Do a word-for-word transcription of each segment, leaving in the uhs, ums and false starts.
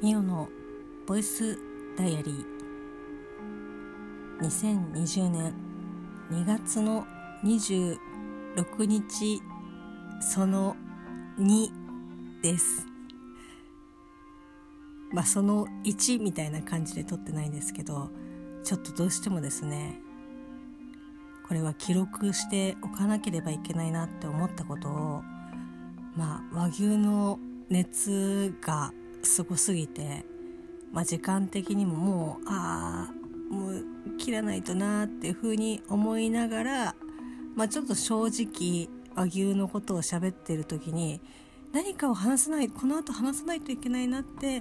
ミオのボイスダイアリーにせんにじゅうねんにがつのにじゅうろくにちそのにです。まあそのいちみたいな感じで撮ってないんですけど、ちょっとどうしてもですね、これは記録しておかなければいけないなって思ったことを、まあ和牛の熱がすごすぎて、まあ、時間的にももうああもう切らないとなっていう風に思いながら、まあ、ちょっと正直和牛のことを喋っている時に何かを話さないこの後話さないといけないなって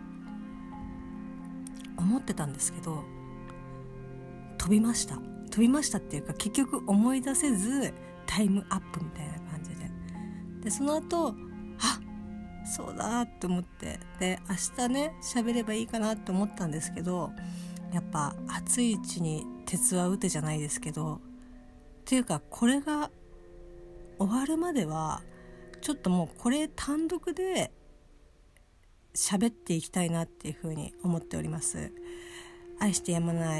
思ってたんですけど、飛びました飛びましたっていうか結局思い出せずタイムアップみたいな感じで、でその後あそうだって思って、で明日ね喋ればいいかなって思ったんですけど、やっぱ熱いうちに鉄は打てじゃないですけど、っていうかこれが終わるまではちょっともうこれ単独で喋っていきたいなっていうふうに思っております。愛してやまない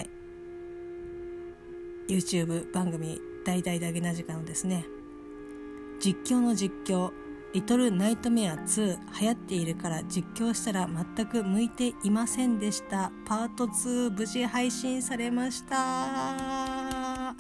YouTube 番組大々だげな時間のですね、実況の実況リトルナイトメアツー流行っているから実況したら全く向いていませんでした。パートツー無事配信されました。はい、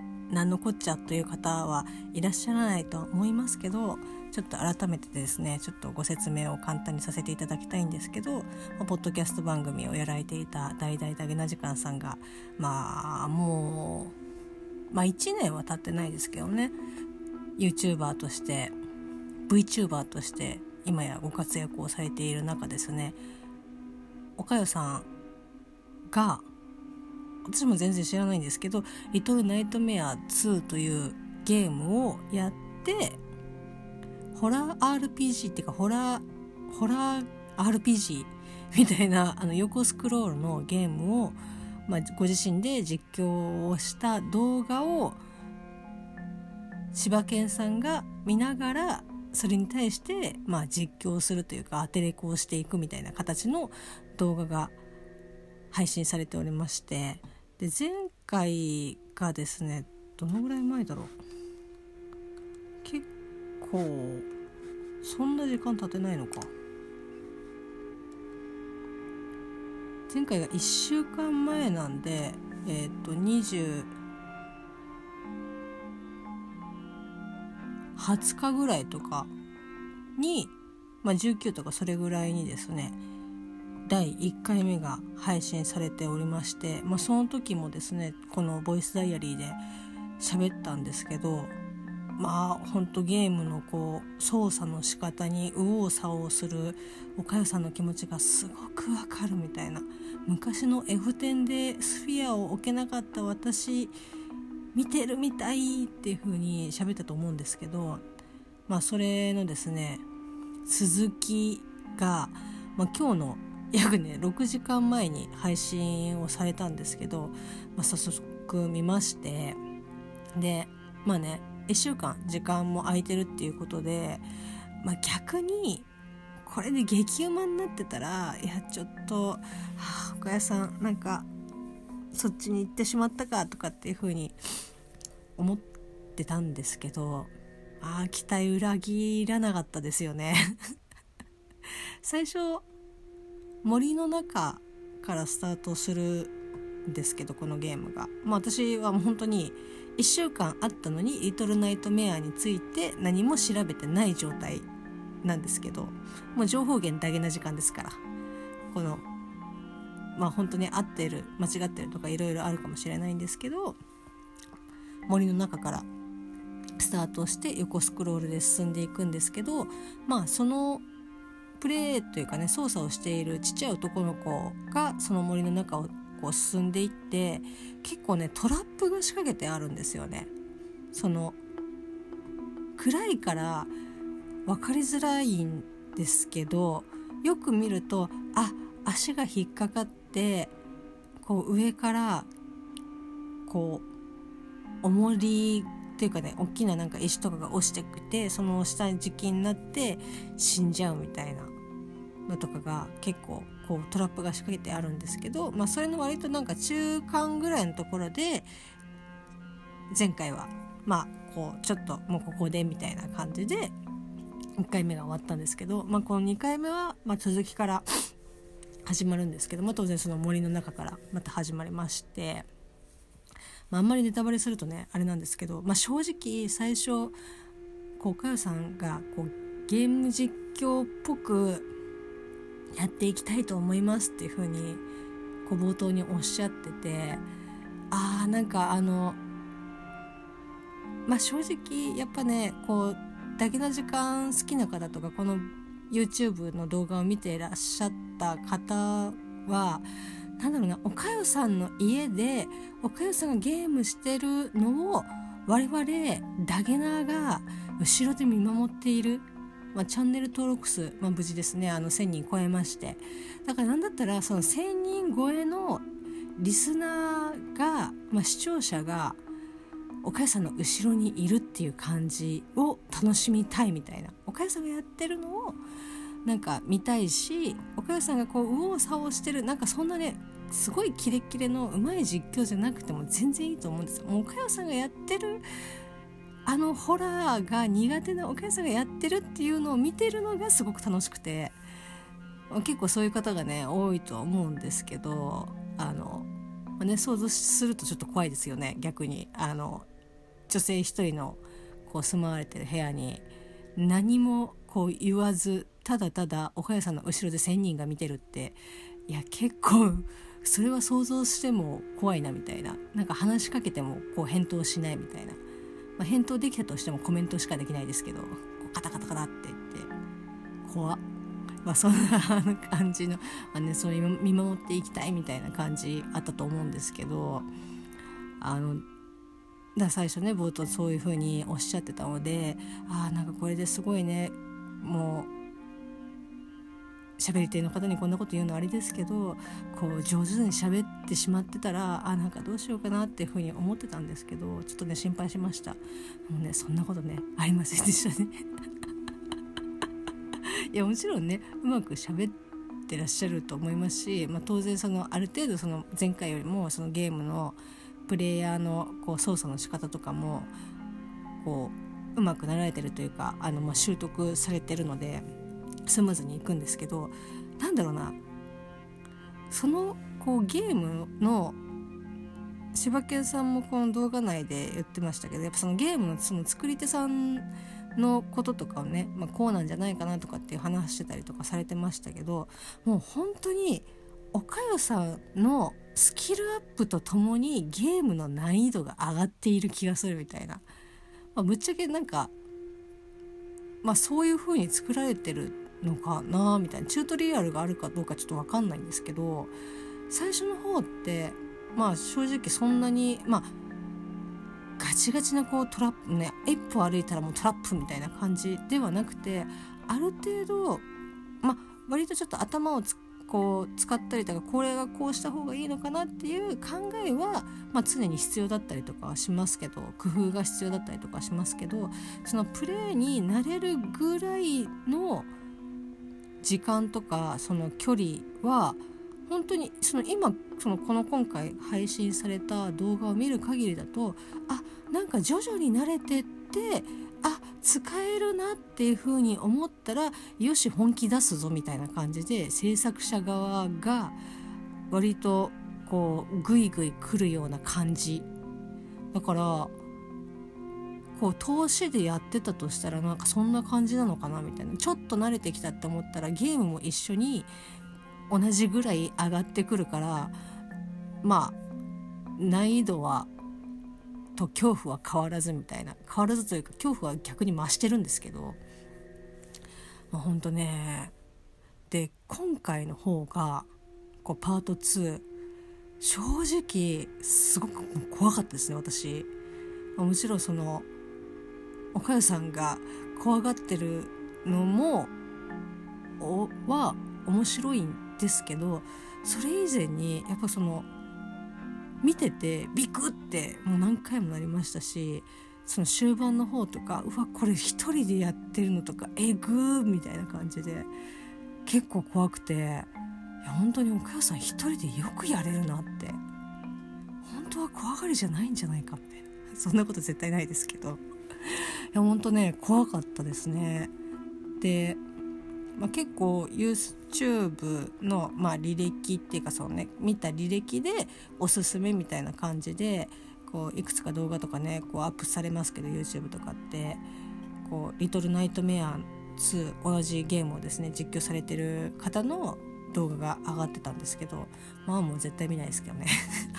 何のこっちゃという方はいらっしゃらないと思いますけど、ちょっと改めてですねちょっとご説明を簡単にさせていただきたいんですけど、ポッドキャスト番組をやられていた大々だげな時間さんがまあもうまあいちねんは経ってないですけどね、YouTuber として VTuber として今やご活躍をされている中ですね、おかよさんが私も全然知らないんですけどリトルナイトメアツーというゲームをやって、ホラー アールピージー っていうかホラーホラー アールピージー みたいなあの横スクロールのゲームを、まあ、ご自身で実況をした動画を柴犬さんが見ながらそれに対して、まあ、実況するというかアテレコをしていくみたいな形の動画が配信されておりまして、で前回がですねどのぐらい前だろう、結構そんな時間経ってないのか、前回がいっしゅうかんまえなんでえっとにじゅうはつかぐらいとかに、まあ、じゅうくとかそれぐらいにですねだいいっかいめが配信されておりまして、まあ、その時もですねこのボイスダイアリーで喋ったんですけど、まあほんとゲームのこう操作の仕方に右往左往するおかよさんの気持ちがすごくわかるみたいな、昔の エフテン でスフィアを置けなかった私見てるみたいっていう風に喋ったと思うんですけど、まあそれのですね続きが、まあ、今日の約ねろくじかんまえに配信をされたんですけど、まあ、早速見まして、でまあねいっしゅうかん時間も空いてるっていうことで、まあ、逆にこれで激うまになってたらいやちょっと、はあ、岡谷さんなんかそっちに行ってしまったかとかっていう風に思ってたんですけど、あー期待裏切らなかったですよね最初森の中からスタートするんですけど、このゲームが、まあ、私はもう本当にいっしゅうかんあったのにリトルナイトメアについて何も調べてない状態なんですけど、もう情報源だけな時間ですから、このまあ本当に合ってる間違ってるとかいろいろあるかもしれないんですけど、森の中からスタートして横スクロールで進んでいくんですけど、まあそのプレイというかね操作をしているちっちゃい男の子がその森の中をこう進んでいって、結構ねトラップが仕掛けてあるんですよね。その暗いから分かりづらいんですけど、よく見るとあ足が引っかかってこう上からこう重りっていうかね大きななんか石とかが落ちてきてその下敷きになって死んじゃうみたいなのとかが結構こうトラップが仕掛けてあるんですけど、まあ、それの割となんか中間ぐらいのところで前回はまあこうちょっともうここでみたいな感じでいっかいめが終わったんですけど、まあ、このにかいめはまあ続きから始まるんですけども、当然その森の中からまた始まりまして、まあ、あんまりネタバレするとねあれなんですけど、まあ、正直最初こうかよさんがこうゲーム実況っぽくやっていきたいと思いますっていう風にこう冒頭におっしゃってて、あーなんかあのまあ正直やっぱねこうだけの時間好きな方とかこの YouTube の動画を見ていらっしゃった方はなんだろうな、おかよさんの家でおかよさんがゲームしてるのを我々ダゲナーが後ろで見守っている、まあ、チャンネル登録数、まあ、無事ですねあのせんにん超えまして、だからなんだったらそのせんにん超えのリスナーが、まあ、視聴者がおかよさんの後ろにいるっていう感じを楽しみたいみたいな、おかよさんがやってるのをなんか見たいし、おかよさんがこう右往左往してるなんかそんなねすごいキレッキレのうまい実況じゃなくても全然いいと思うんですよ。もうおかよさんがやってるあのホラーが苦手なおかよさんがやってるっていうのを見てるのがすごく楽しくて、結構そういう方がね多いとは思うんですけど、あの、まあね、想像するとちょっと怖いですよね。逆にあの女性一人のこう住まわれてる部屋に何もこう言わずただただおかよさんの後ろでせんにんが見てるって、いや結構それは想像しても怖いなみたいな、なんか話しかけてもこう返答しないみたいな、まあ、返答できたとしてもコメントしかできないですけど、こうカタカタカタって言って怖っ、まあ、そんな感じの、まあね、そういう見守っていきたいみたいな感じあったと思うんですけど、あのだ最初ね冒頭そういう風におっしゃってたので、あーなんかこれですごいねもう喋り手の方にこんなこと言うのあれですけどこう上手に喋ってしまってたらあなんかどうしようかなっていう風に思ってたんですけど、ちょっとね心配しました。もうねそんなことねありませんでしたねいやもちろんねうまく喋ってらっしゃると思いますし、まあ、当然そのある程度その前回よりもそのゲームのプレイヤーのこう操作の仕方とかもこううまくなられてるというかあのまあ習得されてるのでスムーズにいくんですけど、なんだろうな、そのこうゲームの柴犬さんもこの動画内で言ってましたけど、やっぱそのゲームのその作り手さんのこととかをね、まあ、こうなんじゃないかなとかっていう話してたりとかされてましたけど、もう本当におかよさんのスキルアップとともにゲームの難易度が上がっている気がするみたいな、まあ、ぶっちゃけなんか、まあ、そういう風に作られてるのかなみたいな、チュートリアルがあるかどうかちょっと分かんないんですけど、最初の方ってまあ正直そんなにまあガチガチなこうトラップね、一歩歩いたらもうトラップみたいな感じではなくて、ある程度まあ割とちょっと頭をつこう使ったりとか、これがこうした方がいいのかなっていう考えは、まあ、常に必要だったりとかはしますけど、工夫が必要だったりとかしますけど、そのプレーに慣れるぐらいの時間とかその距離は本当にその今そのこの今回配信された動画を見る限りだと、あなんか徐々に慣れてってあ使えるなっていう風に思ったらよし本気出すぞみたいな感じで制作者側が割とこうグイグイ来るような感じだから、こう投資でやってたとしたらなんかそんな感じなのかなみたいな、ちょっと慣れてきたって思ったらゲームも一緒に同じぐらい上がってくるから、まあ難易度はと恐怖は変わらずみたいな、変わらずというか恐怖は逆に増してるんですけど、まあ、ほんとねで今回の方がこうパートツー正直すごく怖かったですね私。もちろんそのおかよさんが怖がってるのもおは面白いんですけど、それ以前にやっぱその見ててビクってもう何回もなりましたし、 その終盤の方とか、うわこれ一人でやってるのとかえぐーみたいな感じで結構怖くて、いや本当にお母さん一人でよくやれるなって、本当は怖がりじゃないんじゃないかみたいな、そんなこと絶対ないですけど、いや本当ね怖かったですね。で、まあ、結構 YouTube の、まあ、履歴っていうかそのね見た履歴でおすすめみたいな感じでこういくつか動画とかねこうアップされますけど、 YouTube とかってこうリトルナイトメアツー同じゲームをですね実況されてる方の動画が上がってたんですけど、まあもう絶対見ないですけどね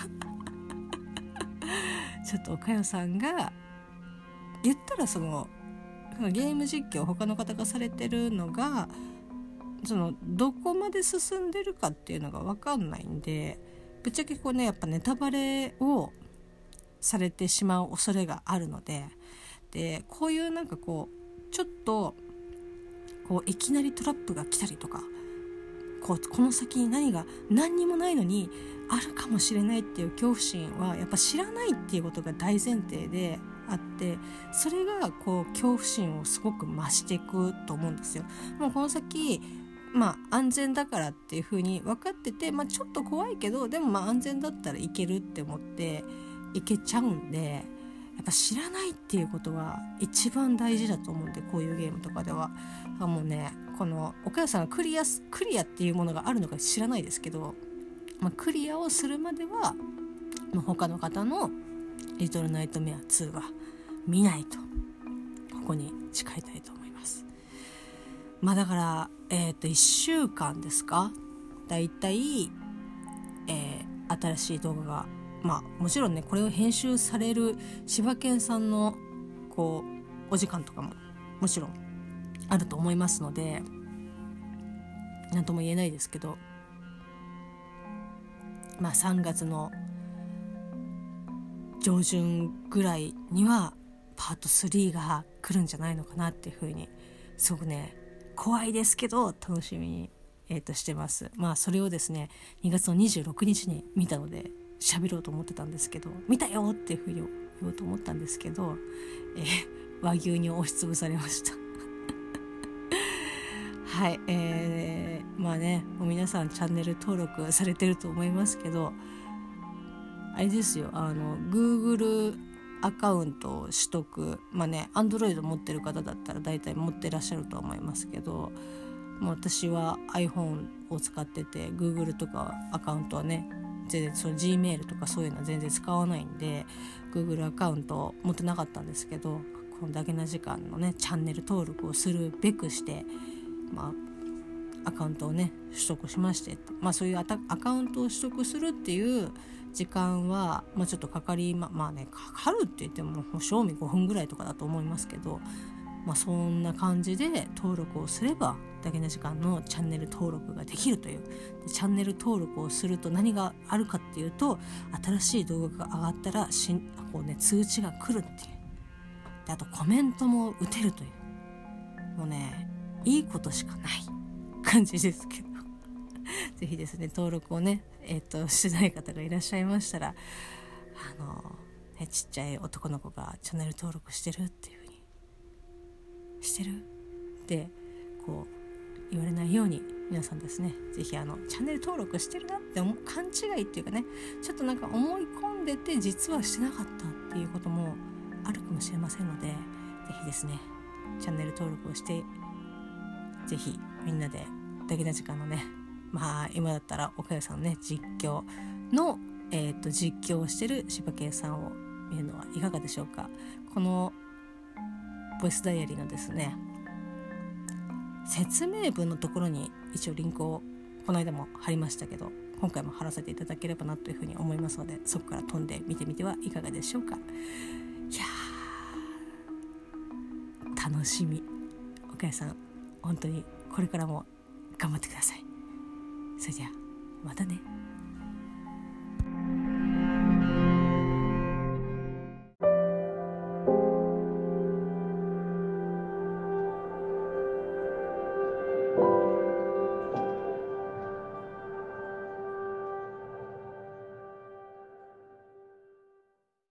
ちょっとおかよさんが言ったらそのゲーム実況他の方がされてるのがそのどこまで進んでるかっていうのが分かんないんで、ぶっちゃけこうねやっぱネタバレをされてしまう恐れがあるので、でこういうなんかこうちょっとこういきなりトラップが来たりとか、こうこの先に何が何にもないのにあるかもしれないっていう恐怖心はやっぱ知らないっていうことが大前提であって、それがこう恐怖心をすごく増していくと思うんですよ。もうこの先まあ安全だからっていう風に分かってて、まあ、ちょっと怖いけどでもまあ安全だったらいけるって思っていけちゃうんで、やっぱ知らないっていうことは一番大事だと思うんで、こういうゲームとかではもうね、この岡谷さんがクリアクリアっていうものがあるのか知らないですけど、まあ、クリアをするまではもう他の方のリトルナイトメアツーは見ないと、ここに誓いたいと思います。まあだからえっといっしゅうかんですか、だいたい、えー、新しい動画がまあもちろんねこれを編集される柴犬さんのこうお時間とかももちろんあると思いますので何とも言えないですけど、まあさんがつの上旬ぐらいにはパートスリーが来るんじゃないのかなっていうふうにすごくね怖いですけど楽しみに、えー、としてます。まあそれをですねにがつのにじゅうろくにちに見たので喋ろうと思ってたんですけど、見たよっていうふうに言おうと思ったんですけど、えー、和牛に押しつぶされましたはい、えー、まあねもう皆さんチャンネル登録されてると思いますけど、あれですよ、あの Google アカウントを取得、まあね Android 持ってる方だったら大体持ってらっしゃるとは思いますけど、もう私は iPhone を使ってて Google とかアカウントはね全然その Gmail とかそういうのは全然使わないんで Google アカウントを持ってなかったんですけど、このだけな時間のねチャンネル登録をするべくしてまあアカウントをね取得しまして、まあそういうアカウントを取得するっていう時間は、まあ、ちょっとかかりままあねかかるって言っても賞味ごふんぐらいとかだと思いますけど、まあそんな感じで登録をすればだけな時間のチャンネル登録ができるという。でチャンネル登録をすると何があるかっていうと、新しい動画が上がったらしんこう、ね、通知が来るっていう。であとコメントも打てるという、もうねいいことしかない感じですけどぜひですね登録をね、えー、としてない方がいらっしゃいましたら、あの、ね、ちっちゃい男の子がチャンネル登録してるっていう風にしてるってこう言われないように皆さんですねぜひあのチャンネル登録してるなって思う勘違いっていうかね、ちょっとなんか思い込んでて実はしてなかったっていうこともあるかもしれませんので、ぜひですねチャンネル登録をしてぜひみんなでだけな時間のね、まあ今だったら岡谷さんのね実況の、えー、と実況をしてる柴犬さんを見るのはいかがでしょうか。このボイスダイアリーのですね説明文のところに一応リンクをこの間も貼りましたけど、今回も貼らせていただければなというふうに思いますので、そこから飛んで見てみてはいかがでしょうか。いやー楽しみ。岡谷さん本当にこれからも頑張ってください。それではまたね。